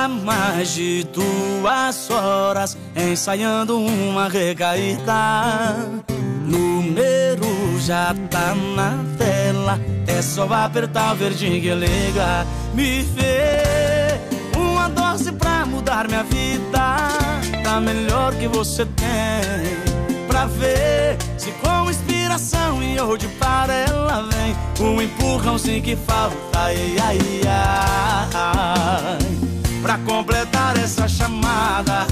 mais de 2 horas ensaiando uma recaída. Número já tá na tela, é só apertar o verdinho que liga. Me vê uma dose pra mudar minha vida, tá melhor que você tem. Pra ver se com inspiração e hoje para ela vem um empurrãozinho que falta, ai, ai, ai, pra completar essa chamada.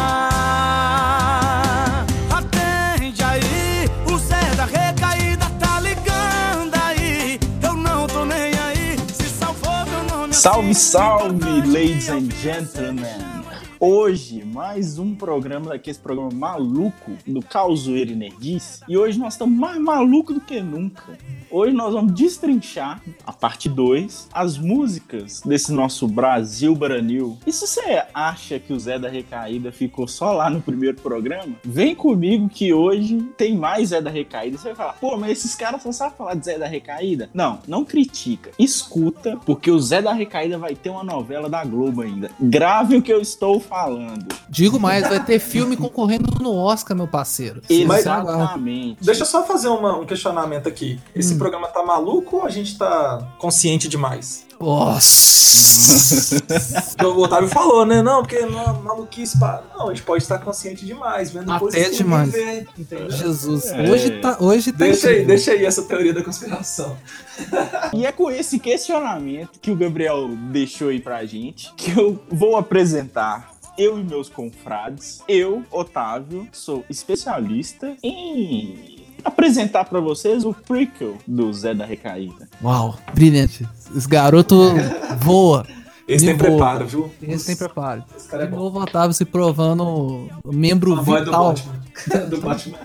Atende aí, o Zé da recaída tá ligando aí. Eu não tô nem aí, se salvou meu nome. Salve, salve, ladies and gentlemen. Hoje, mais um programa daquele programa maluco do Causoeiro e Nerdice. E hoje nós estamos mais malucos do que nunca. Hoje nós vamos destrinchar, a parte 2, as músicas desse nosso Brasil Baranil. E se você acha que o Zé da Recaída ficou só lá no primeiro programa, vem comigo que hoje tem mais Zé da Recaída. Você vai falar, pô, mas esses caras só sabem falar de Zé da Recaída? Não, não critica. Escuta, porque o Zé da Recaída vai ter uma novela da Globo ainda. Grave o que eu estou falando. Digo mais, vai ter filme concorrendo no Oscar, meu parceiro. Exatamente. Deixa eu só fazer um questionamento aqui. Esse programa tá maluco ou a gente tá consciente demais? Nossa! O Otávio falou, né? Não, porque não é maluquice. Não, a gente pode estar consciente demais, vendo coisas até demais. Ver, entendeu? Jesus, hoje tá deixa aí essa teoria da conspiração. E é com esse questionamento que o Gabriel deixou aí pra gente que eu vou apresentar eu e meus confrades. Eu, Otávio, sou especialista em apresentar pra vocês o prequel do Zé da Recaída. Uau, brilhante. Esse garoto voa. Esse tem preparo, viu? Esse tem preparo. Esse cara é bom. Novo Otávio se provando membro vital. Do Batman.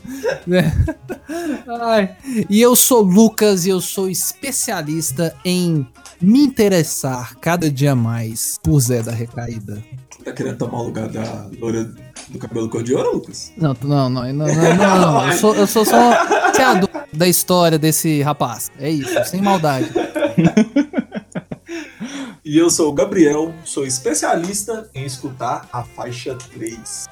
Ai. E eu sou Lucas e eu sou especialista em me interessar cada dia mais por Zé da Recaída. Tá querendo tomar o lugar da loura do cabelo cor de ouro, Lucas? Não. Eu sou só criador da história desse rapaz. É isso, sem maldade. E eu sou o Gabriel, sou especialista em escutar a faixa 3.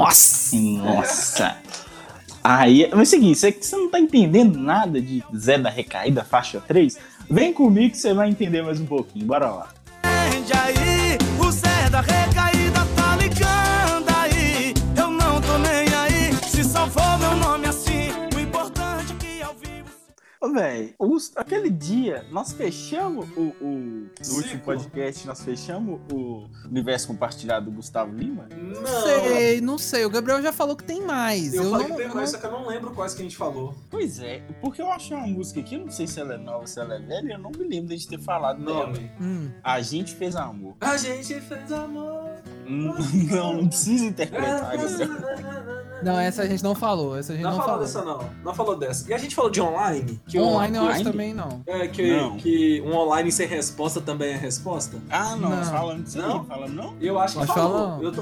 Nossa! Aí, mas é o seguinte, você não tá entendendo nada de Zé da Recaída, faixa 3? Vem comigo que você vai entender mais um pouquinho, bora lá. Atende aí, o Zé da recaída tá ligando aí. Eu não tô nem aí, se salvou meu nome assim. O importante é que ao vivo. Ô, velho, aquele dia nós fechamos no último podcast, nós fechamos o universo compartilhado do Gustavo Lima. Não sei. O Gabriel já falou que tem mais. Eu falei que tem mais, só que eu não lembro quais que a gente falou. Pois é, porque eu achei uma música aqui, eu não sei se ela é nova, se ela é velha, eu não me lembro de a gente ter falado dela. A gente fez amor. A gente fez amor. Não precisa interpretar, Gabriel. Não, essa a gente não falou. Essa a gente não falou dessa, não. Não falou dessa. E a gente falou de online? Que online eu acho também não. Que um online sem resposta também é resposta? Ah, não. Não. Falando disso Não? aí, falando não? Eu acho que Nós falou. falamos. Eu tô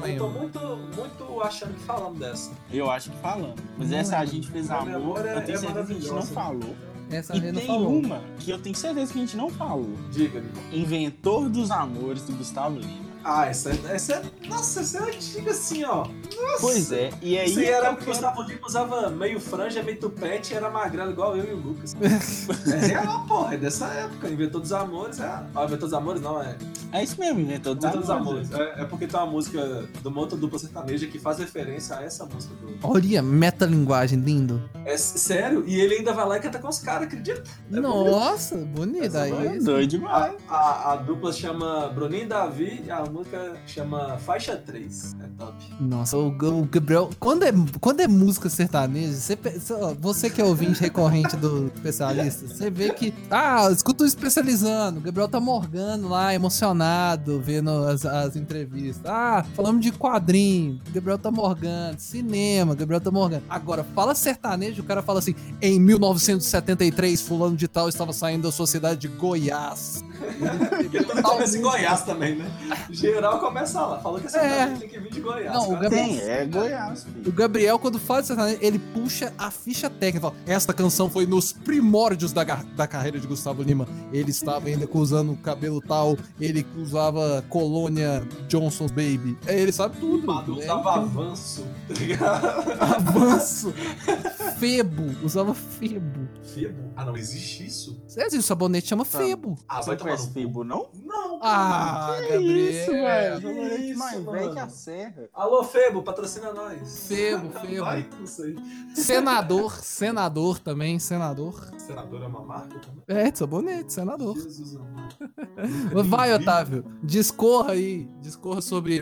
muito achando que falamos dessa. Eu acho que falamos. Mas Não essa a lembro. gente fez Minha amor, memória eu tenho é certeza que a gente não maravilhosa. falou. Essa a E gente não tem falou. uma que eu tenho certeza que a gente não falou. Diga-me. Inventor dos Amores, do Gustavo Lima. Ah, essa é... Nossa, essa é antiga assim, ó. Nossa. Pois é, e aí... Isso aí era porque o Gustavo Lima usava meio franja, meio tupete e era magrelo igual eu e o Lucas. É real, porra. É dessa época. Inventor dos Amores. Inventor dos Amores não, é... É isso mesmo, Inventor dos Inventor dos Amores. Amores. É porque tem uma música de uma outra dupla sertaneja que faz referência a essa música do... Olha, metalinguagem, lindo. É sério? E ele ainda vai lá e canta com os caras, acredita? É Nossa, bonito. Essa Aí, é Doido demais. A dupla chama Bruninho e Davi e a música chama Faixa 3. É top. Nossa, o Gabriel, quando é música sertaneja, você que é ouvinte recorrente do especialista, você vê que, escuta o especializando, o Gabriel tá morgando lá, emocionado, vendo as entrevistas. Falamos de quadrinho, o Gabriel tá morgando, cinema, o Gabriel tá morgando. Agora, fala sertanejo, o cara fala assim, em 1973, fulano de tal estava saindo da sociedade de Goiás. Porque tudo começa em Goiás também, né? Geral começa lá. Falou que essa também tem que vir de Goiás. Não, o Gabriel, É Goiás, filho. o Gabriel, quando fala de sertanejo, ele puxa a ficha técnica. Fala, esta canção foi nos primórdios da carreira de Gustavo Lima. Ele estava ainda usando cabelo tal, ele usava colônia Johnson's Baby. Ele sabe tudo. Madu usava avanço, tá ligado? Avanço. Febo. Usava Febo. Febo? Ah, não existe isso? O sabonete chama Febo. Ah, Você vai não tomar conhece no Febo, cu. não? Não. Ah, Que Gabriel. isso, velho? Que Sabonete isso, mais velho mano? que a serra. Alô, Febo, patrocina nós. Febo. Vai, não sei. Senador também, senador. Senador é uma marca também? É, de sabonete, senador. Jesus amado. Vai, Otávio, discorra sobre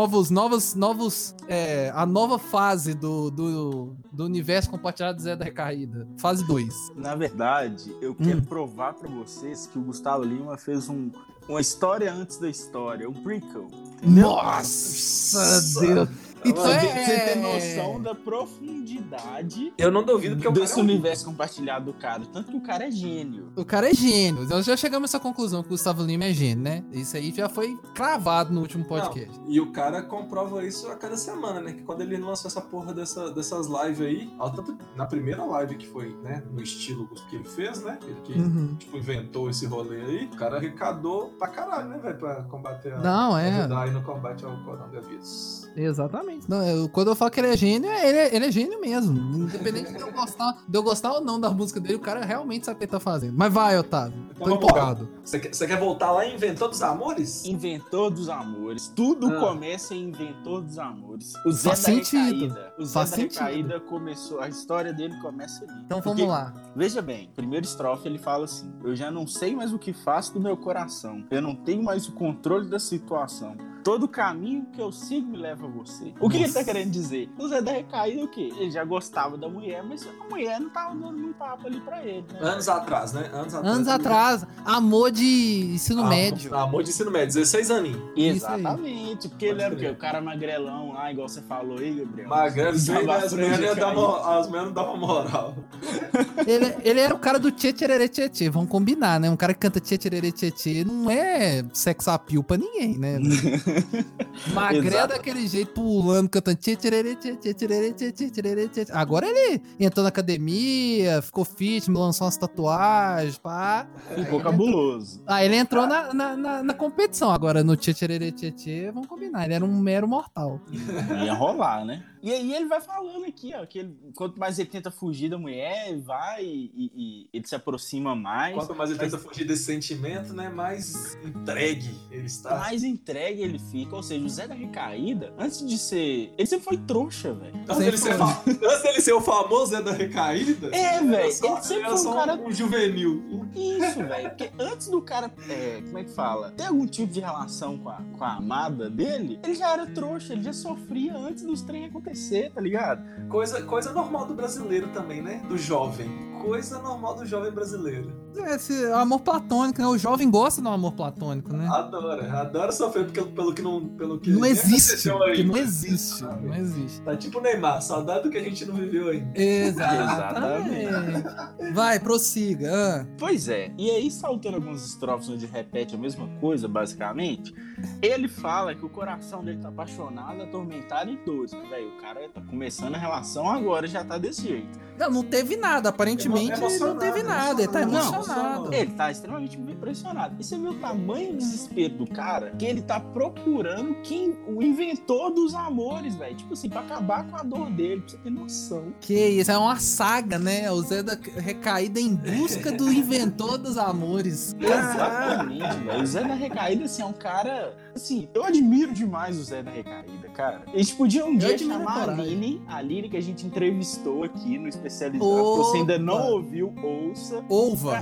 a nova fase do universo compartilhado de Zé da Recaída. Fase 2. Na verdade, eu quero provar pra vocês que o Gustavo Lima fez uma história antes da história, um prequel. Nossa, Deus. Então Pra você ter noção da profundidade Eu não duvido porque o cara desse universo compartilhado do cara. Tanto que o cara é gênio. O cara é gênio. Nós já chegamos a essa conclusão que o Gustavo Lima é gênio, né? Isso aí já foi cravado no último podcast. Não, e o cara comprova isso a cada semana, né? Que quando ele lançou essa porra dessas lives aí, tanto na primeira live que foi, né? No estilo que ele fez, né? Ele que tipo, inventou esse rolê aí, o cara arrecadou pra caralho, né, velho? Pra combater ajudar aí no combate ao coronavírus. Exatamente. Não, quando eu falo que ele é gênio, ele é gênio mesmo. Independente de eu gostar ou não da música dele, o cara realmente sabe o que ele tá fazendo. Mas vai, Otávio. Então, Tô vamos empolgado. Você quer voltar lá em Inventor dos Amores? Inventor dos Amores. Tudo começa em Inventor dos Amores. O Zé Faz da sentido. Recaída. O Zé Faz da sentido. Recaída começou. A história dele começa ali. Então Porque, vamos lá. Veja bem, primeira estrofe ele fala assim: eu já não sei mais o que faço do meu coração. Eu não tenho mais o controle da situação. Todo caminho que eu sigo me leva a você. O que ele tá querendo dizer? O Zé da Recaída, o quê? Ele já gostava da mulher, mas a mulher não tava dando um papo ali pra ele, né? Anos atrás, né? Anos atrás, amor de ensino médio. Amor de ensino médio, 16 aninhos. Exatamente, porque ele era o quê? crer. O cara magrelão lá, igual você falou aí, Gabriel. Magrelo, Usava bem, né? a As franja mulheres caída. não davam moral. Ele era o cara do tchê tchererê tchê tchê, vamos combinar, né? Um cara que canta tchê tchererê tchê tchê não é sex appeal pra ninguém, né? Magrelo Exato. daquele jeito, pulando, cantando tchê tchererê tchê tchê tchererê tchê tchê tchererê tchê tchê. Agora ele entrou na academia, ficou fit, me lançou umas tatuagens, pá. Ficou cabuloso. Ah, ele entrou na competição. Agora no tchê tchererê tchê tchê, vamos combinar, ele era um mero mortal. Ia rolar, né? E aí ele vai falando aqui, ó, que quanto mais ele tenta fugir da mulher, vai e ele se aproxima mais. Quanto mais ele tenta fugir desse sentimento, né? Mais entregue ele está. Mais entregue ele fica. Ou seja, o Zé da Recaída, antes de ser... Ele sempre foi trouxa, velho. Antes dele ser o famoso Zé da Recaída, É, velho. Ele ele sempre era foi só um cara... um juvenil. Isso, velho. Porque antes do cara, como é que fala? Ter algum tipo de relação com a amada dele, ele já era trouxa, ele já sofria antes dos trem acontecer, tá ligado? Coisa normal do brasileiro também, né? Do jovem. Coisa normal do jovem brasileiro. Esse amor platônico, né? O jovem gosta do amor platônico, né? Adora sofrer pelo que Não nem existe. aconteceu Porque ainda. não existe. Não existe. Tá tipo o Neymar, saudade do que a gente não viveu ainda. Exatamente. Vai, prossiga. Pois é. E aí, saltando algumas estrofes onde repete a mesma coisa, basicamente, ele fala que o coração dele tá apaixonado, atormentado e doce. Velho, o cara tá começando a relação agora, já tá desse jeito. Não teve nada. Aparentemente não teve nada. Ele tá emocionado. Ele tá extremamente impressionado. E você vê o tamanho do desespero do cara, que ele tá procurando o inventor dos amores, velho. Tipo assim, pra acabar com a dor dele, pra você ter noção. Que isso, é uma saga, né? O Zé da Recaída em busca do inventor dos amores. Exatamente, velho. O Zé da Recaída, assim, é um cara... Assim, eu admiro demais o Zé da Recaída, cara. A gente podia um dia chamar a Aline, que a gente entrevistou aqui no Especializado. Se você ainda não ouviu, ouça. Ouva.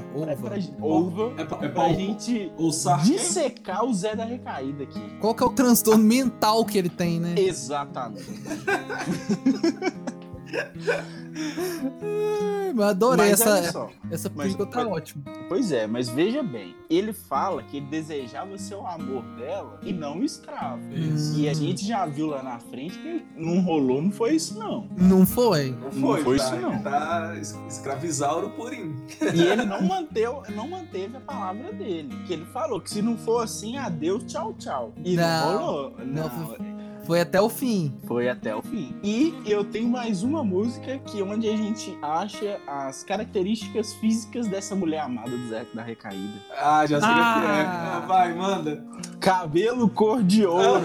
Pra gente ouçar dissecar o Zé da Recaída aqui. Qual que é o transtorno mental que ele tem, né? Exatamente. Eu adorei Mas olha essa só, película, tá ótimo. Pois é, mas veja bem, ele fala que ele desejava ser o amor dela e não o escravo. E a gente já viu lá na frente que não rolou, não foi isso não. Não foi? Não foi isso não. Tá escravizauro purinho. E ele não manteve a palavra dele. Que ele falou que se não for assim, adeus, tchau, tchau. E não rolou. Não. Foi até o fim. Foi até o fim. E eu tenho mais uma música que onde a gente acha as características físicas dessa mulher amada do Zé da Recaída. Ah, já sei que é. Vai, manda. Cabelo cor de ouro.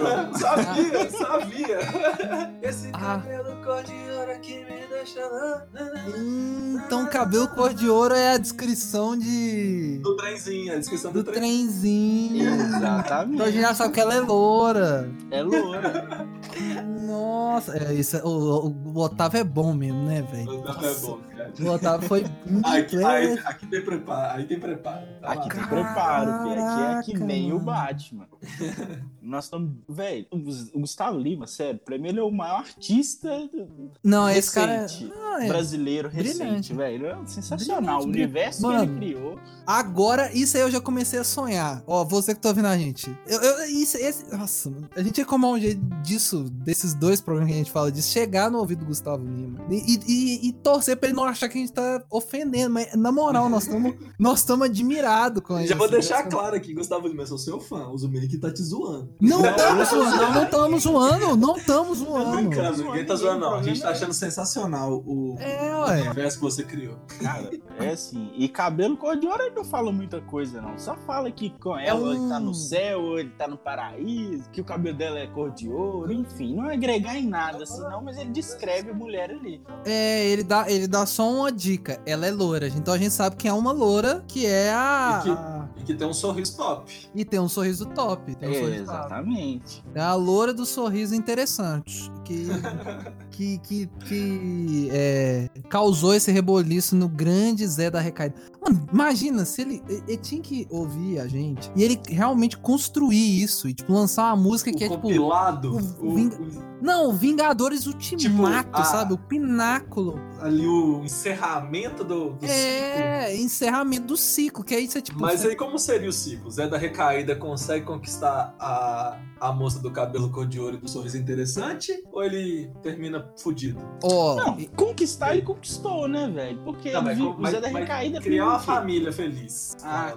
Sabia. Esse cabelo cor de ouro aqui me deixa lá. Então, cabelo cor de ouro é a descrição do trenzinho, a descrição do trenzinho. Exatamente. Então a gente já sabe que ela é loura. É loura. Nossa, o Otávio é bom mesmo, né, velho? O Otávio é bom, cara. O Otávio foi Aqui tem preparo. Aqui tem preparo. Aqui tem preparo, filho. Aqui é que nem o Batman. Nós estamos. Velho, o Gustavo Lima, sério, pra mim ele é o maior artista esse cara brasileiro recente, velho. É sensacional. O universo que ele criou. Agora, isso aí eu já comecei a sonhar. Ó, você que tá ouvindo a gente. Nossa, a gente ia como um jeito desses dois programas que a gente fala, de chegar no ouvido do Gustavo Lima e torcer pra ele não achar que a gente tá ofendendo. Mas, na moral, nós estamos admirados com ele. Já vou deixar claro aqui, Gustavo Lima, eu sou seu fã. O Zumiri tá te zoando. Não estamos zoando. Ninguém tá zoando, não. A gente tá achando sensacional o universo que você criou. Cara, é assim. E cabelo cor de ouro ele não fala muita coisa, não. Só fala que com ela ele tá no céu, ele tá no paraíso, que o cabelo dela é cor de ouro, enfim. Não agregar em nada, assim, não, mas ele descreve a mulher ali. Ele dá só uma dica. Ela é loura. Então a gente sabe que é uma loura que é E que tem um sorriso top. E tem um sorriso top. Exatamente. É a loura do sorriso interessante. Que causou esse reboliço no grande Zé da Recaída. Mano, imagina se ele tinha que ouvir a gente e ele realmente construir isso e, tipo, lançar uma música que é, compilado, tipo... Não, Vingadores Ultimato, tipo, sabe? O pináculo. Ali o encerramento do ciclo. Encerramento do ciclo, que aí você, tipo... Mas aí como seria o ciclo? Zé da Recaída consegue conquistar a moça do cabelo cor de ouro e do sorriso interessante? Ou ele termina fudido? Não, conquistar ele conquistou, né, velho? Porque o Zé da Recaída... Criar uma família feliz. Tá.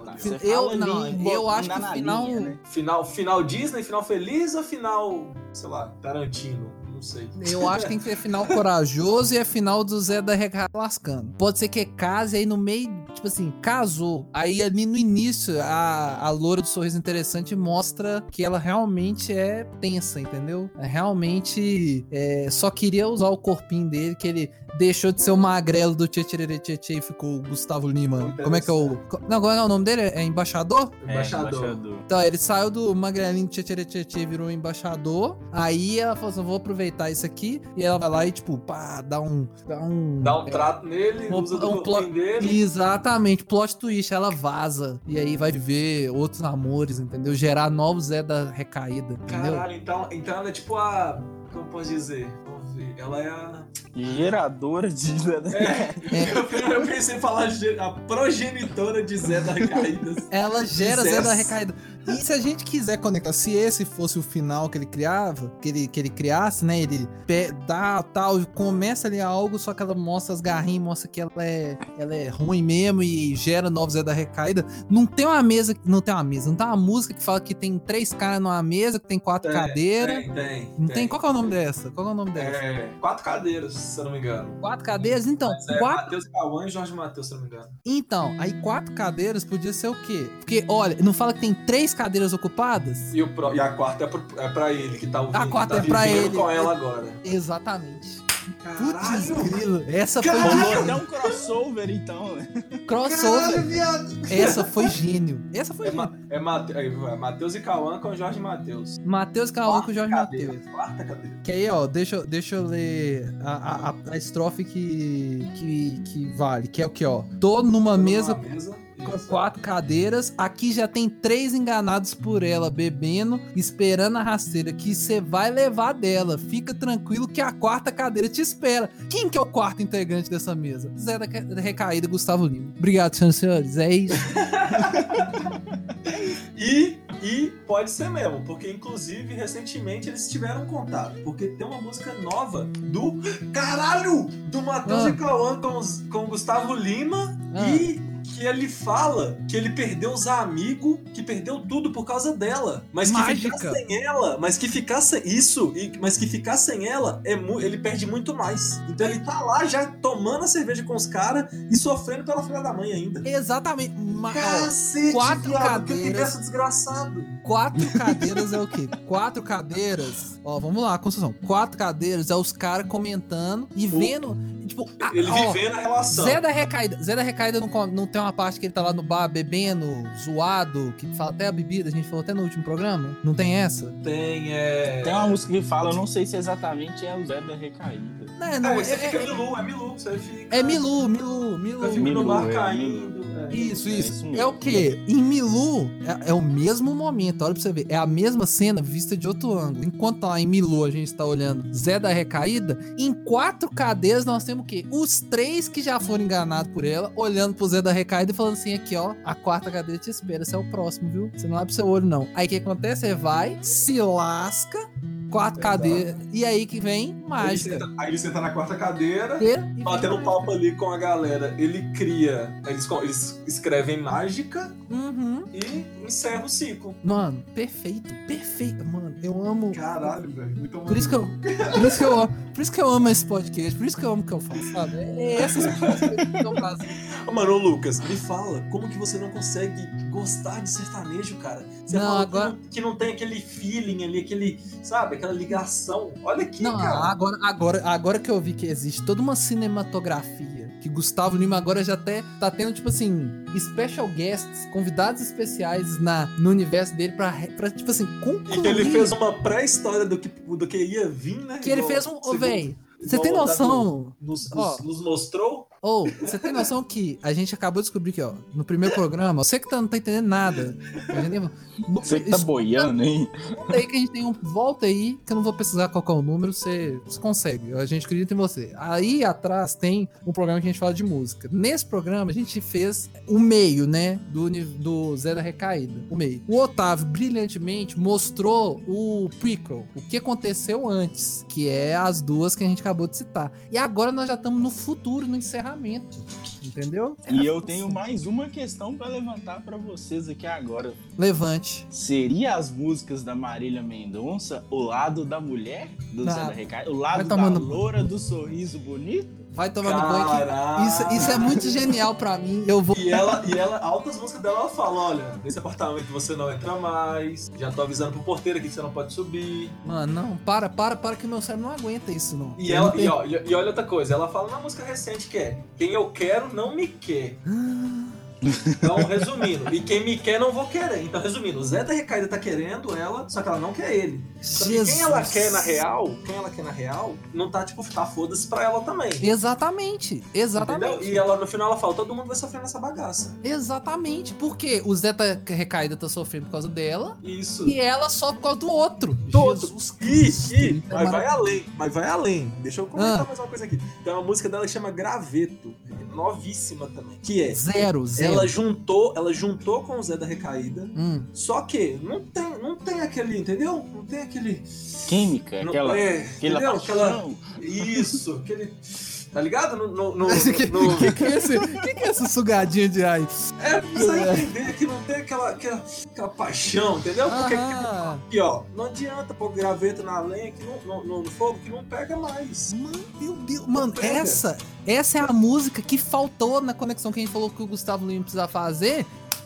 Eu acho que o final... linha, né? Final Disney, final feliz ou final, sei lá, Tarantino? Não sei. Eu acho que tem que ter final corajoso e é final do Zé da Recaída lascando. Pode ser que case, aí no meio, tipo assim, casou. Aí ali no início, a loura do sorriso interessante mostra que ela realmente é tensa, entendeu? Realmente só queria usar o corpinho dele, que ele deixou de ser o magrelo do Tchê e ficou o Gustavo Lima. Como é que é o... Não, qual é o nome dele? É Embaixador? Embaixador. Então, ele saiu do magrelinho do Tchê e virou embaixador. Aí ela falou assim, vou aproveitar isso aqui. E ela vai lá e, tipo, pá, dá um trato nele, usa do corpinho dele. Exatamente, plot twist. Ela vaza. E aí vai viver outros amores, entendeu? Gerar novos Zé da Recaída, entendeu? Caralho, então ela é tipo como posso dizer? Vamos ver. Ela é a... geradora de Zé da Recaída. Eu pensei em falar a progenitora de Zé da Recaída. Ela gera Zé da Recaída. E se a gente quiser conectar, se esse fosse o final que ele criava, que ele criasse, né? Ele dá tal, começa ali algo, só que ela mostra as garrinhas, mostra que ela é ruim mesmo e gera novos Zé da Recaída. Não tem uma música que fala que tem 3 caras numa mesa, que tem 4 cadeiras. Tem. Qual que é o nome dessa? 4 cadeiras, se eu não me engano. 4 cadeiras? Então. Matheus Cauã e Jorge Matheus, se eu não me engano. Então, aí 4 cadeiras podia ser o quê? Porque, olha, não fala que tem 3 cadeiras ocupadas? E a quarta é pra ele, que tá ouvindo. A quarta é pra ele. Com ela agora. Exatamente. Putz, grilo. Essa foi gênio. Até um crossover, então. Crossover. Essa foi gênio. É Matheus e Cauã com o Jorge Matheus. Matheus e Cauã com o Jorge Matheus. Quarta cadeira. Que aí, ó, deixa eu ler a estrofe que vale. Que é o que, ó. Tô numa mesa com 4 cadeiras. Aqui já tem 3 enganados por ela, bebendo, esperando a rasteira que você vai levar dela. Fica tranquilo que a 4ª cadeira te espera. Quem que é o 4º integrante dessa mesa? Zé da Recaída, Gustavo Lima. Obrigado, senhoras e senhores. É isso. E pode ser mesmo, porque inclusive recentemente eles tiveram contato, porque tem uma música nova do Matheus e Cauã com o Gustavo Lima e que ele fala que ele perdeu os amigos, que perdeu tudo por causa dela, mas que ficar sem ela, mas que ficar sem ela ele perde muito mais. Então ele tá lá já tomando a cerveja com os caras e sofrendo pela filha da mãe ainda. Exatamente. Cacete, 4 cadeiras. Que desgraçado. 4 cadeiras é o quê? 4 cadeiras. Ó, vamos lá, construção. 4 cadeiras é os caras comentando e vendo. Tipo, ele vivendo a relação. Zé da Recaída não tem uma parte que ele tá lá no bar bebendo, zoado, que fala até a bebida, a gente falou até no último programa. Não tem essa? Tem uma música que fala, eu não sei se exatamente é o Zé da Recaída. Não, esse fica Milu, você fica... É Milu. Fica no bar caindo. Isso. É o quê? Em Milu, é o mesmo momento, olha pra você ver, é a mesma cena vista de outro ângulo. Enquanto lá em Milu a gente tá olhando Zé da Recaída, em 4 cadeiras nós temos o quê? Os 3 que já foram enganados por ela, olhando pro Zé da Recaída e falando assim, aqui ó, a 4ª cadeira te espera, esse é o próximo, viu? Você não abre seu olho não. Aí o que acontece? Você vai, se lasca, 4 cadeiras, e aí que vem mágica. Aí ele senta na 4ª cadeira, batendo papo ali com a galera. Ele cria, eles escrevem mágica e encerra o ciclo. Mano, perfeito. Mano, eu amo. Caralho, velho. Muito por isso que eu amo esse podcast, por isso que eu amo o que eu faço, sabe? É essas coisas que eu faço. Mano, Lucas, me fala, como que você não consegue gostar de sertanejo, cara? Você fala agora... que não tem aquele feeling ali, aquele, sabe, aquela ligação. Olha aqui, cara. Agora que eu vi que existe toda uma cinematografia, que Gustavo Lima agora já até tá tendo, tipo assim, special guests, convidados especiais no universo dele pra tipo assim, concluir. E que ele fez uma pré-história do que ia vir, né? Que ele fez véi, você tem noção? Nos mostrou? Você tem noção que a gente acabou de descobrir que, ó, no primeiro programa, você que não tá entendendo nada. Você que tá boiando, hein? Volta aí, que eu não vou precisar qual é o número, você consegue. A gente acredita em você. Aí atrás tem um programa que a gente fala de música. Nesse programa, a gente fez o meio, né, do Zé da Recaída. O meio. O Otávio, brilhantemente, mostrou o prequel, o que aconteceu antes, que é as duas que a gente acabou de citar. E agora nós já estamos no futuro, no encerramento. Entendeu? E eu tenho mais uma questão pra levantar pra vocês aqui agora. Levante. Seria as músicas da Marília Mendonça o lado da mulher do Zé da Recaída? O lado da loura do sorriso bonito? Vai tomando banho. Isso é muito genial pra mim. Eu vou... E ela, altas músicas dela, ela fala, olha, nesse apartamento você não entra mais, já tô avisando pro porteiro aqui que você não pode subir. Mano, não, para que meu cérebro não aguenta isso, não. E olha outra coisa, ela fala na música recente que é, quem eu quero não me quer. Então, resumindo, e quem me quer não vou querer. Então, resumindo, o Zé da Recaída tá querendo ela, só que ela não quer ele. Só que quem ela quer na real, não tá, tipo, tá foda-se pra ela também. Exatamente. Entendeu? E ela, no final, ela fala, todo mundo vai sofrer nessa bagaça. Exatamente, porque o Zé da Recaída tá sofrendo por causa dela. Isso. E ela sofre por causa do outro. Todos. Mas vai além. Deixa eu comentar mais uma coisa aqui. Tem uma música dela que chama Graveto, novíssima também, que é... Zero. Ela juntou com o Zé da Recaída, só que não tem aquele, entendeu? Não tem aquele... Química, aquela paixão. Isso, aquele... Tá ligado? Que é esse sugadinho de ar? É, precisa entender que não tem aquela paixão, entendeu? Porque aqui, ó, não adianta pôr graveto na lenha no fogo que não pega mais. Mano, meu Deus. Mano, essa é a música que faltou na conexão que a gente falou que o Gustavo Lima precisa fazer.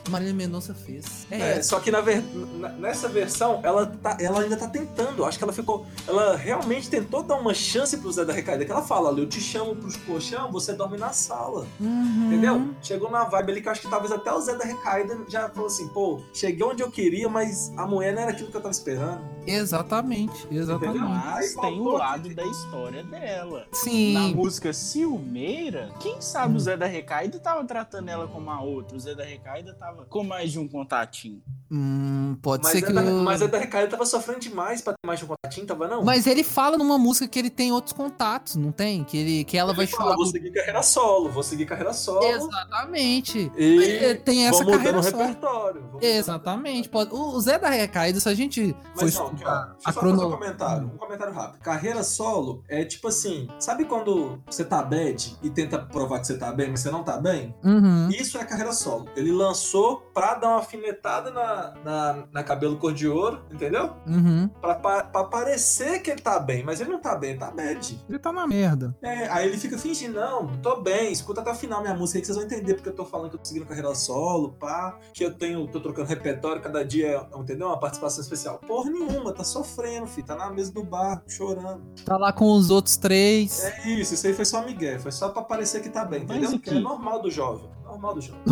Marília Mendonça fez. Só que nessa versão, ela ainda tá tentando. Acho que ela realmente tentou dar uma chance pro Zé da Recaída. Que ela fala, eu te chamo pros colchão, você dorme na sala. Entendeu? Chegou na vibe ali que eu acho que talvez até o Zé da Recaída já falou assim, pô, cheguei onde eu queria, mas a mulher não era aquilo que eu tava esperando. Exatamente. Mas tem o lado da história dela. Sim. Na música Ciumeira, quem sabe o Zé da Recaída tava tratando ela como a outra. O Zé da Recaída tava com mais de um contatinho. Pode ser que... Mas o Zé da Recaída tava sofrendo demais pra ter mais de um contatinho, tava não? Mas ele fala numa música que ele tem outros contatos, não tem? Que ela vai chorar. Vou seguir carreira solo. Exatamente. E tem essa vou carreira mudando o solo. repertório. Exatamente. O Zé da Recaída, se a gente for estudar a cronologia... Um comentário rápido. Carreira solo é tipo assim, sabe quando você tá bad e tenta provar que você tá bem, mas você não tá bem? Isso é carreira solo. Ele lançou pra dar uma alfinetada na Cabelo Cor de Ouro, entendeu? Pra parecer que ele tá bem, mas ele não tá bem, ele tá bad. Ele tá na merda. Aí ele fica fingindo, não, tô bem, escuta até o final minha música aí que vocês vão entender porque eu tô falando que eu tô seguindo carreira solo, que tô trocando repertório, cada dia, entendeu? Uma participação especial. Porra nenhuma, tá sofrendo, filho, tá na mesa do bar, chorando. Tá lá com os outros 3. É isso aí foi só migué, foi só pra parecer que tá bem, entendeu? Porque é normal do jovem. Normal do jovem.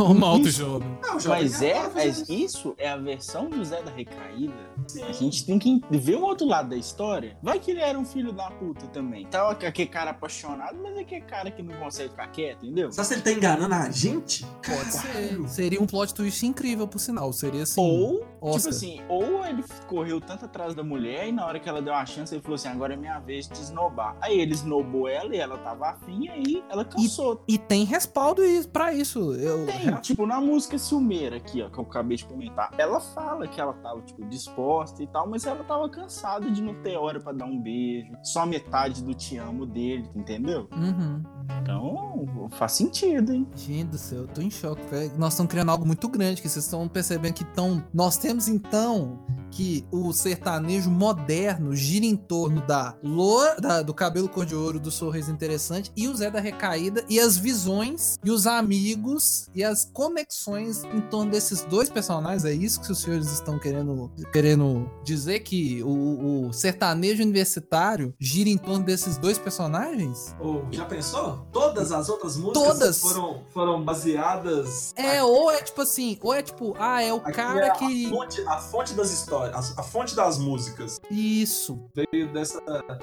Mas isso é a versão do Zé da Recaída. Sim. A gente tem que ver o outro lado da história. Vai que ele era um filho da puta também. Tava aquele cara apaixonado, mas é aquele cara que não consegue ficar quieto, entendeu? Só se ele tá enganando a gente? Pode ser. Seria um plot twist incrível, por sinal. Seria assim. Ou, Oscar. tipo assim, ou ele correu tanto atrás da mulher e na hora que ela deu a chance, ele falou assim, agora é minha vez de esnobar. Aí ele esnobou ela e ela tava afim, e aí ela cansou. E tem respaldo pra isso. Tem, tipo, na música Ciumeira aqui, ó, que eu acabei de comentar, ela fala que ela tava, tipo, disposta e tal, mas ela tava cansada de não ter hora pra dar um beijo, só metade do te amo dele, entendeu? Então, faz sentido, hein? Gente do céu, eu tô em choque. Nós estamos criando algo muito grande, que vocês estão percebendo que nós temos, então, que o sertanejo moderno gira em torno do cabelo cor de ouro, do sorriso interessante, e o Zé da Recaída, e as visões, e os amigos, e as conexões em torno desses dois personagens. É isso que os senhores estão querendo dizer, que o sertanejo universitário gira em torno desses dois personagens? Já pensou? Todas as outras músicas foram baseadas... Ou é tipo assim, é o cara que... A fonte das histórias, a fonte das músicas. Isso. Veio dessa...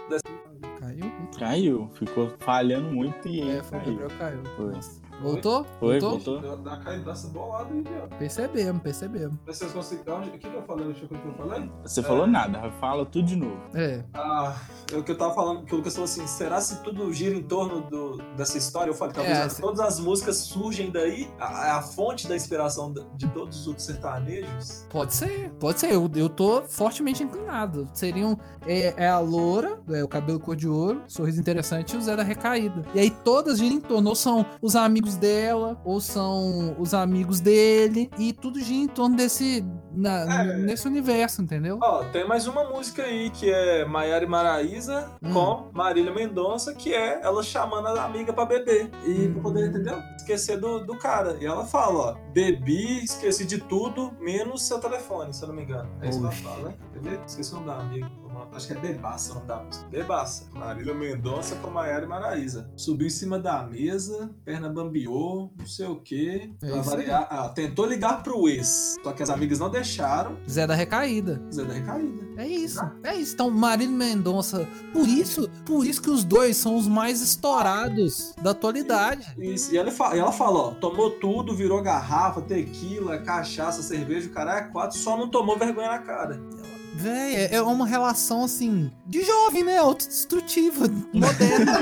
Caiu, ficou falhando muito e foi o Gabriel caiu. Foi. Voltou? Voltou. Dá uma caída dessa bolada aí, viado. Percebemos. Vocês conseguiram... O que eu falei? Deixa eu ver o que eu falei. Você falou nada, fala tudo de novo. O que eu tava falando, que o Lucas falou assim, será se tudo gira em torno dessa história? Eu falei, talvez todas as músicas surgem daí, a fonte da inspiração de todos os outros sertanejos. Pode ser. Eu tô fortemente inclinado. Seriam a loura, o cabelo cor de ouro, sorriso interessante, e o Zé da Recaída. E aí todas giram em torno, ou são os amigos dela, ou são os amigos dele, e tudo gira em torno nesse universo, entendeu? Tem mais uma música aí, que é Maiara e Maraísa com Marília Mendonça, que é ela chamando a amiga pra beber. E pra poder, entendeu? Esquecer do cara. E ela fala, bebi, esqueci de tudo, menos seu telefone, se eu não me engano. É isso que ela fala, né? Entendeu? Esqueci o nome da amiga. Acho que é Bebaça o nome da música. Bebaça. Marília Mendonça com Maiara e Maraísa. Subiu em cima da mesa, perna bambiou, não sei o quê. Tentou ligar pro ex. Só que as amigas não deixaram. Zé da Recaída. É isso. Então, Marília Mendonça. Por isso que os dois são os mais estourados da atualidade. Isso. E ela fala, tomou tudo, virou garrafa, tequila, cachaça, cerveja, o caralho, 4, só não tomou vergonha na cara. Véi, é uma relação, assim, de jovem, né? Autodestrutiva, moderna.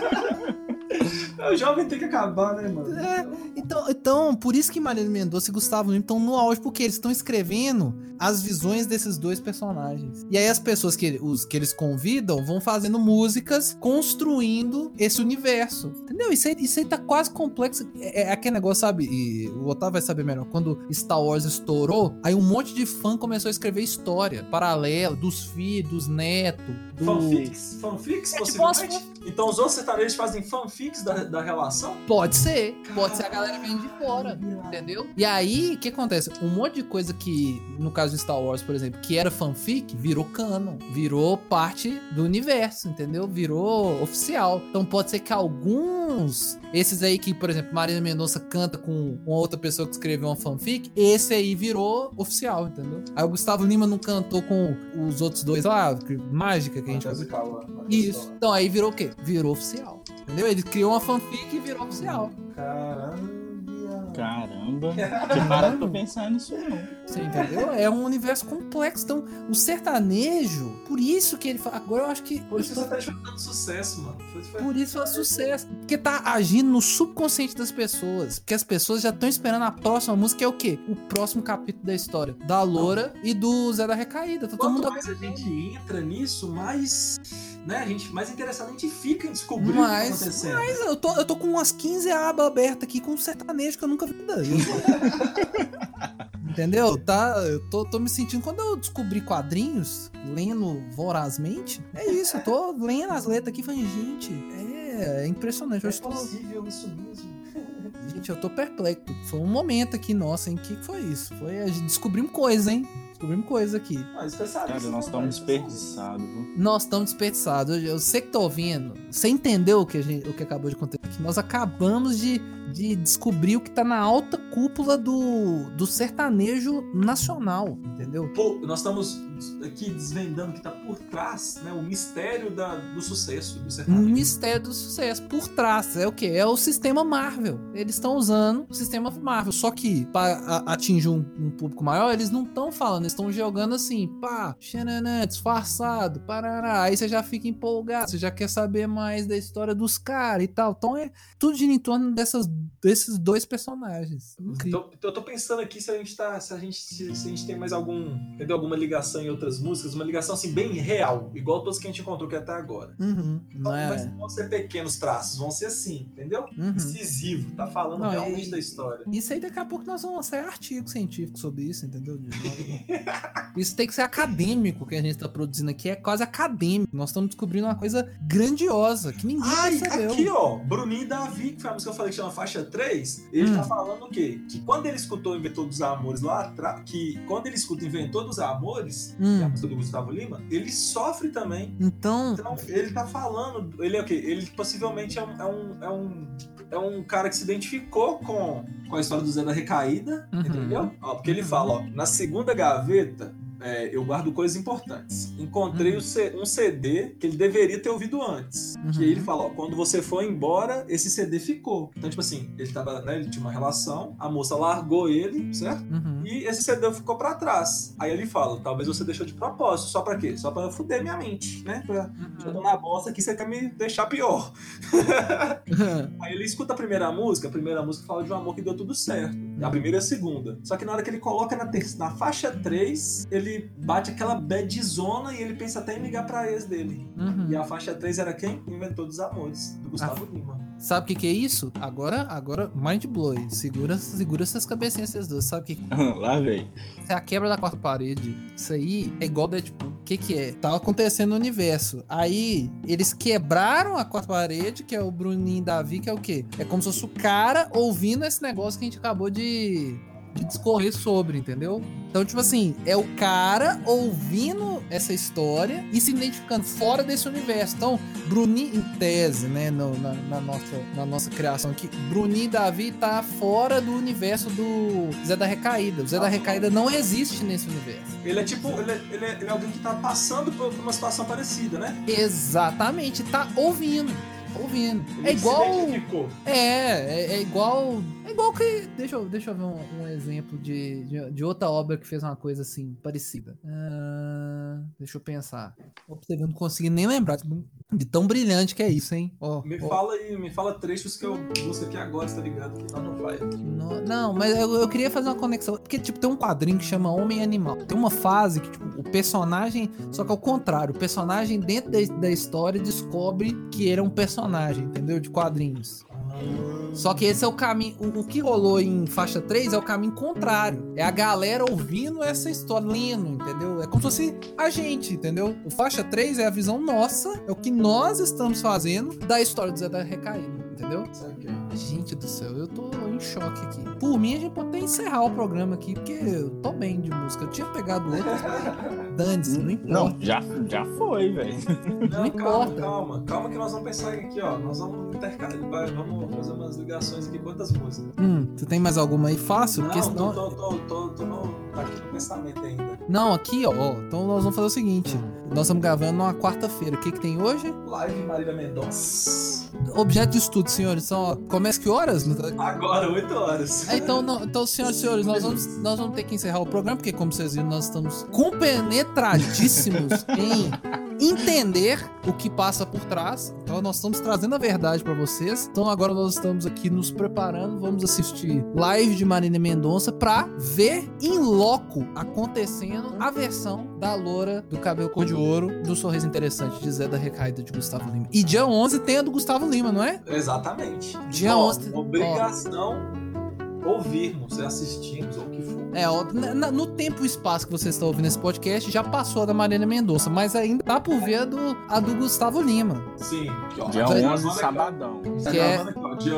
O jovem tem que acabar, né, mano? Então, por isso que Marília Mendonça e Gustavo Lima estão no auge, porque eles estão escrevendo as visões desses dois personagens. E aí as pessoas que eles convidam vão fazendo músicas, construindo esse universo. Entendeu? Isso aí tá quase complexo. É aquele negócio, sabe? E o Otávio vai saber melhor. Quando Star Wars estourou, aí um monte de fã começou a escrever história paralela dos filhos, dos netos. Fanfics, possivelmente? Então os outros sertanejos fazem fanfics da relação? Pode ser a galera vem de fora, entendeu? E aí, o que acontece? Um monte de coisa que, no caso de Star Wars, por exemplo, que era fanfic, virou canon, virou parte do universo, entendeu? Virou oficial. Então pode ser que alguns, esses aí que, por exemplo, Marília Mendonça canta com uma outra pessoa que escreveu uma fanfic, esse aí virou oficial, entendeu? Aí o Gustavo Lima não cantou com os outros dois lá, Mágica, que a gente... Isso. Então aí virou o quê? Virou oficial. Entendeu? Ele criou uma fanfic e virou oficial. Caramba. Que para, tô pensando nisso não. Você entendeu? É um universo complexo. Então, o sertanejo, por isso que ele fala. Agora eu acho que. Por isso que o sertanejo foi dando sucesso, mano. Por isso foi sucesso. Porque tá agindo no subconsciente das pessoas. Porque as pessoas já estão esperando a próxima música, que é o quê? O próximo capítulo da história. Da Loura e do Zé da Recaída. Tá todo mundo... Quanto mais a gente entra nisso, mais... Né, mais interessado a gente fica em descobrir o que tá acontecendo. Mas eu tô com umas 15 abas abertas aqui com sertanejo que eu nunca vi daí. Entendeu? Tá, eu tô me sentindo... Quando eu descobri quadrinhos, lendo vorazmente, é isso. Eu tô lendo as letras aqui e falando, gente, é impressionante. É possível isso mesmo. Gente, eu tô perplexo. Foi um momento aqui, nossa, hein? O que foi isso? A gente descobrimos coisa, hein? Descobrimos coisa aqui. Cara, nós estamos desperdiçados, viu? Nós estamos desperdiçados. Eu sei que tô ouvindo. Você entendeu o que acabou de acontecer aqui? Nós acabamos de descobrir o que tá na alta cúpula do sertanejo nacional, entendeu? Pô, nós estamos aqui desvendando o que tá por trás, né? O mistério do sucesso do sertanejo. O mistério do sucesso. Por trás. É o quê? É o sistema Marvel. Eles estão usando o sistema Marvel. Só que, para atingir um público maior, eles não estão falando. Eles estão jogando assim, pá, xananã, disfarçado, parará. Aí você já fica empolgado. Você já quer saber mais da história dos caras e tal. Então é tudo gira em torno desses dois personagens. Então, eu tô pensando aqui se a gente tem mais alguma ligação em outras músicas, uma ligação assim bem real, igual todas que a gente encontrou aqui até agora. Mas não vão ser pequenos traços, vão ser assim, entendeu? Incisivo, tá falando realmente da história. Isso aí daqui a pouco nós vamos sair artigo científico sobre isso, entendeu? Isso tem que ser acadêmico, que a gente tá produzindo aqui, é quase acadêmico. Nós estamos descobrindo uma coisa grandiosa que ninguém percebeu. Aqui ó, Bruninho e Davi, que foi a música que eu falei que chama Faixa 3, ele tá falando o quê? Que quando ele escutou Inventor dos Amores lá atrás, que quando ele escuta Inventor dos Amores, que é a música do Gustavo Lima, ele sofre também. Então ele tá falando, ele é o quê? Ele possivelmente é um cara que se identificou com a história do Zé da Recaída, entendeu? Ó, porque ele fala, ó, na segunda gaveta, eu guardo coisas importantes. Encontrei um CD que ele deveria ter ouvido antes. Que ele fala, ó, quando você for embora, esse CD ficou. Então, tipo assim, ele tava, né, ele tinha uma relação, a moça largou ele, certo? E esse CD ficou pra trás. Aí ele fala, talvez você deixou de propósito. Só pra quê? Só pra fuder minha mente, né? Eu tô na bosta aqui, você quer me deixar pior. Aí ele escuta a primeira música fala de um amor que deu tudo certo. A primeira e a segunda. Só que na hora que ele coloca na faixa 3, ele bate aquela badzona e ele pensa até em ligar pra ex dele. E a faixa 3 era quem? Inventor dos Amores, do Gustavo Lima. Sabe o que é isso? Agora, mind blow. Segura essas cabecinhas, vocês dois. Sabe o que? Lá, velho. É a quebra da quarta parede. Isso aí é igual Deadpool. O que é? Tava acontecendo no universo. Aí, eles quebraram a quarta parede, que é o Bruninho e Davi, que é o quê? É como se fosse o cara ouvindo esse negócio que a gente acabou de discorrer sobre, entendeu? Então, tipo assim, é o cara ouvindo essa história e se identificando fora desse universo. Então, Bruninho, em tese, né, na nossa criação aqui, Bruninho e Davi tá fora do universo do Zé da Recaída. O Zé da Recaída não existe nesse universo. Ele é tipo, ele é alguém que tá passando por uma situação parecida, né? Exatamente, tá ouvindo. Ele é igual que... Deixa eu ver um exemplo de outra obra que fez uma coisa assim, parecida. Deixa eu pensar. Eu não consegui nem lembrar de tão brilhante que é isso, hein? Me fala trechos que eu busco aqui agora, tá ligado? Que não vai. Não, mas eu queria fazer uma conexão. Porque, tipo, tem um quadrinho que chama Homem Animal. Tem uma fase que, tipo, o personagem... Só que ao contrário, o personagem dentro da história descobre que ele é um personagem, entendeu? De quadrinhos. Só que esse é o caminho. O que rolou em faixa 3 é o caminho contrário. É a galera ouvindo essa história, lendo, entendeu? É como se fosse a gente, entendeu? O faixa 3 é a visão nossa, é o que nós estamos fazendo da história do Zé da Recaída. entendeu? Saquei. Gente do céu, eu tô em choque aqui. Por mim, a gente pode até encerrar o programa aqui, porque eu tô bem de música. Eu tinha pegado outro. Dane-se, não importa. Não, já foi, velho. Não importa. Calma que nós vamos pensar aqui, ó. Nós vamos intercalar, vamos fazer umas ligações aqui com outras músicas. Você tem mais alguma aí fácil? Não, Porque senão... tá aqui no pensamento ainda. Não, aqui, ó. Então nós vamos fazer o seguinte. Nós estamos gravando numa quarta-feira. O que tem hoje? Live Marília Mendonça. Objeto de estudo, senhores. Só começa que horas? Agora, 8 horas. Então, senhoras e senhores, nós vamos ter que encerrar o programa, porque, como vocês viram, nós estamos compenetradíssimos em entender o que passa por trás. Então, nós estamos trazendo a verdade pra vocês. Então, agora nós estamos aqui nos preparando. Vamos assistir live de Marília Mendonça pra ver em loco acontecendo a versão da loura do cabelo cor de ouro do Sorriso Interessante de Zé da Recaída de Gustavo Lima. E dia 11 tem a do Gustavo Lima, não é? Exatamente. Dia 11. Obrigação ouvirmos, assistirmos, ou o que for. No tempo e espaço que vocês estão ouvindo esse podcast, já passou a da Marília Mendonça, mas ainda tá por ver a do Gustavo Lima. Sim. Que, ó, dia 11, sabadão. Tá gravando aqui, ó, dia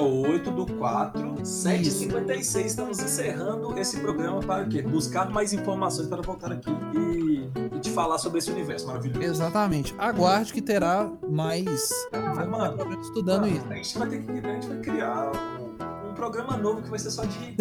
8/4, 7h56, estamos encerrando esse programa para quê? Buscar mais informações para voltar aqui e te falar sobre esse universo maravilhoso. Exatamente. Aguarde que terá mais estudando isso. A gente vai criar um programa novo que vai ser só de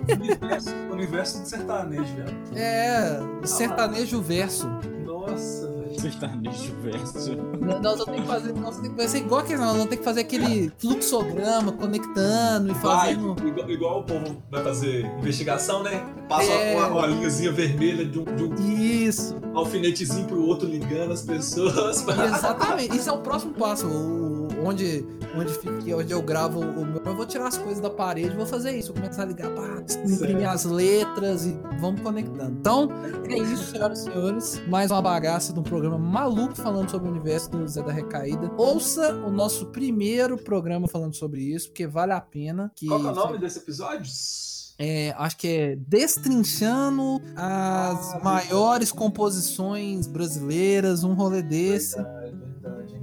universo de sertanejo, velho. Sertanejo verso. Nossa, velho. Sertanejo verso. Nós vamos ter que fazer. Vai ser igual aquele. Nós vamos ter que fazer aquele fluxograma conectando e fazendo. Igual o povo vai fazer investigação, né? Passa uma linhazinha vermelha de um Isso. alfinetezinho pro outro ligando as pessoas. Exatamente. Isso é o próximo passo. Onde eu gravo o meu. Eu vou tirar as coisas da parede, vou fazer isso. Vou começar a ligar, imprimir as letras e vamos conectando. Então, é isso, senhoras e senhores. Mais uma bagaça de um programa maluco falando sobre o universo do Zé da Recaída. Ouça o nosso primeiro programa falando sobre isso, porque vale a pena. Qual que é o nome desse episódio? Acho que é Destrinchando as maiores composições brasileiras, um rolê desse. Verdade.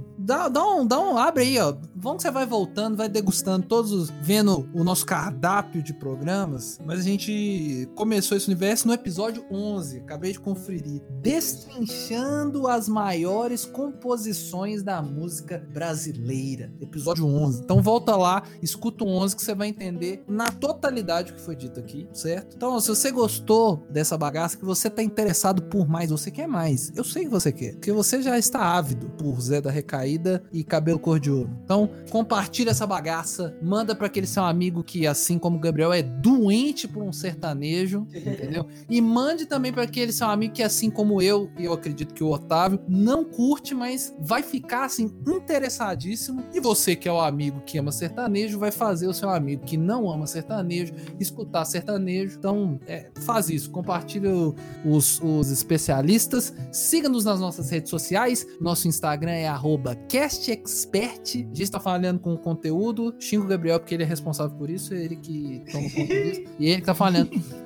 Abre aí, ó. Vamos que você vai voltando, vai degustando vendo o nosso cardápio de programas. Mas a gente começou esse universo no episódio 11, acabei de conferir. Destrinchando as maiores composições da música brasileira. Episódio 11. Então volta lá, escuta o 11 que você vai entender na totalidade o que foi dito aqui, certo? Então, se você gostou dessa bagaça, que você tá interessado por mais, você quer mais. Eu sei que você quer, porque você já está ávido por Zé da Recaída e Cabelo Cor de Ouro. Então, compartilha essa bagaça, manda para aquele seu amigo que, assim como o Gabriel, é doente por um sertanejo, entendeu? E mande também para aquele seu amigo que, assim como eu, e eu acredito que o Otávio, não curte, mas vai ficar, assim, interessadíssimo. E você que é o amigo que ama sertanejo, vai fazer o seu amigo que não ama sertanejo escutar sertanejo. Então, faz isso, compartilha os especialistas, siga-nos nas nossas redes sociais, nosso Instagram é @castexpert. A gente tá falhando com o conteúdo, xingo o Gabriel porque ele é responsável por isso, é ele que toma conta disso, e ele que tá falhando.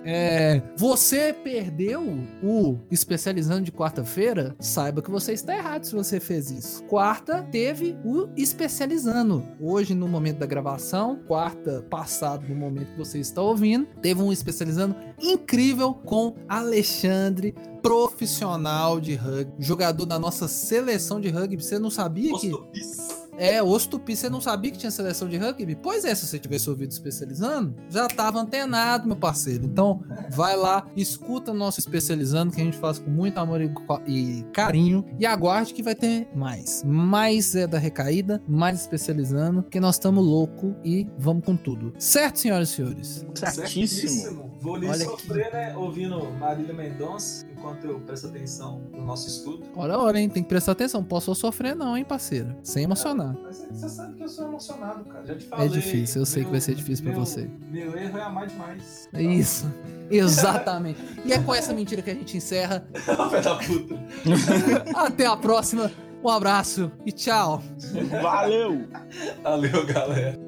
Você perdeu o Especializando de quarta-feira? Saiba que você está errado se você fez isso. Quarta teve o Especializando. Hoje, no momento da gravação, quarta passado, no momento que você está ouvindo, teve um Especializando incrível com Alexandre, profissional de rugby, jogador da nossa seleção de rugby. Você não sabia que... Osso Tupi, você não sabia que tinha seleção de rugby? Pois é, se você tivesse ouvido Especializando, já tava antenado, meu parceiro. Então, vai lá, escuta nosso Especializando, que a gente faz com muito amor e carinho, e aguarde que vai ter mais. Mais Zé da Recaída, mais Especializando, porque nós estamos loucos e vamos com tudo. Certo, senhoras e senhores? Certíssimo. Vou lhe sofrer, né, ouvindo Marília Mendonça, enquanto eu presto atenção no nosso estudo. Ora, hein, tem que prestar atenção. Não posso sofrer não, hein, parceiro. Sem emocionar. Mas você sabe que eu sou emocionado, cara. Já te falei. É difícil, eu sei que vai ser difícil pra você. Meu erro é amar demais. Isso, exatamente. E é com essa mentira que a gente encerra. Filha da puta. Até a próxima. Um abraço e tchau. Valeu! Valeu, galera.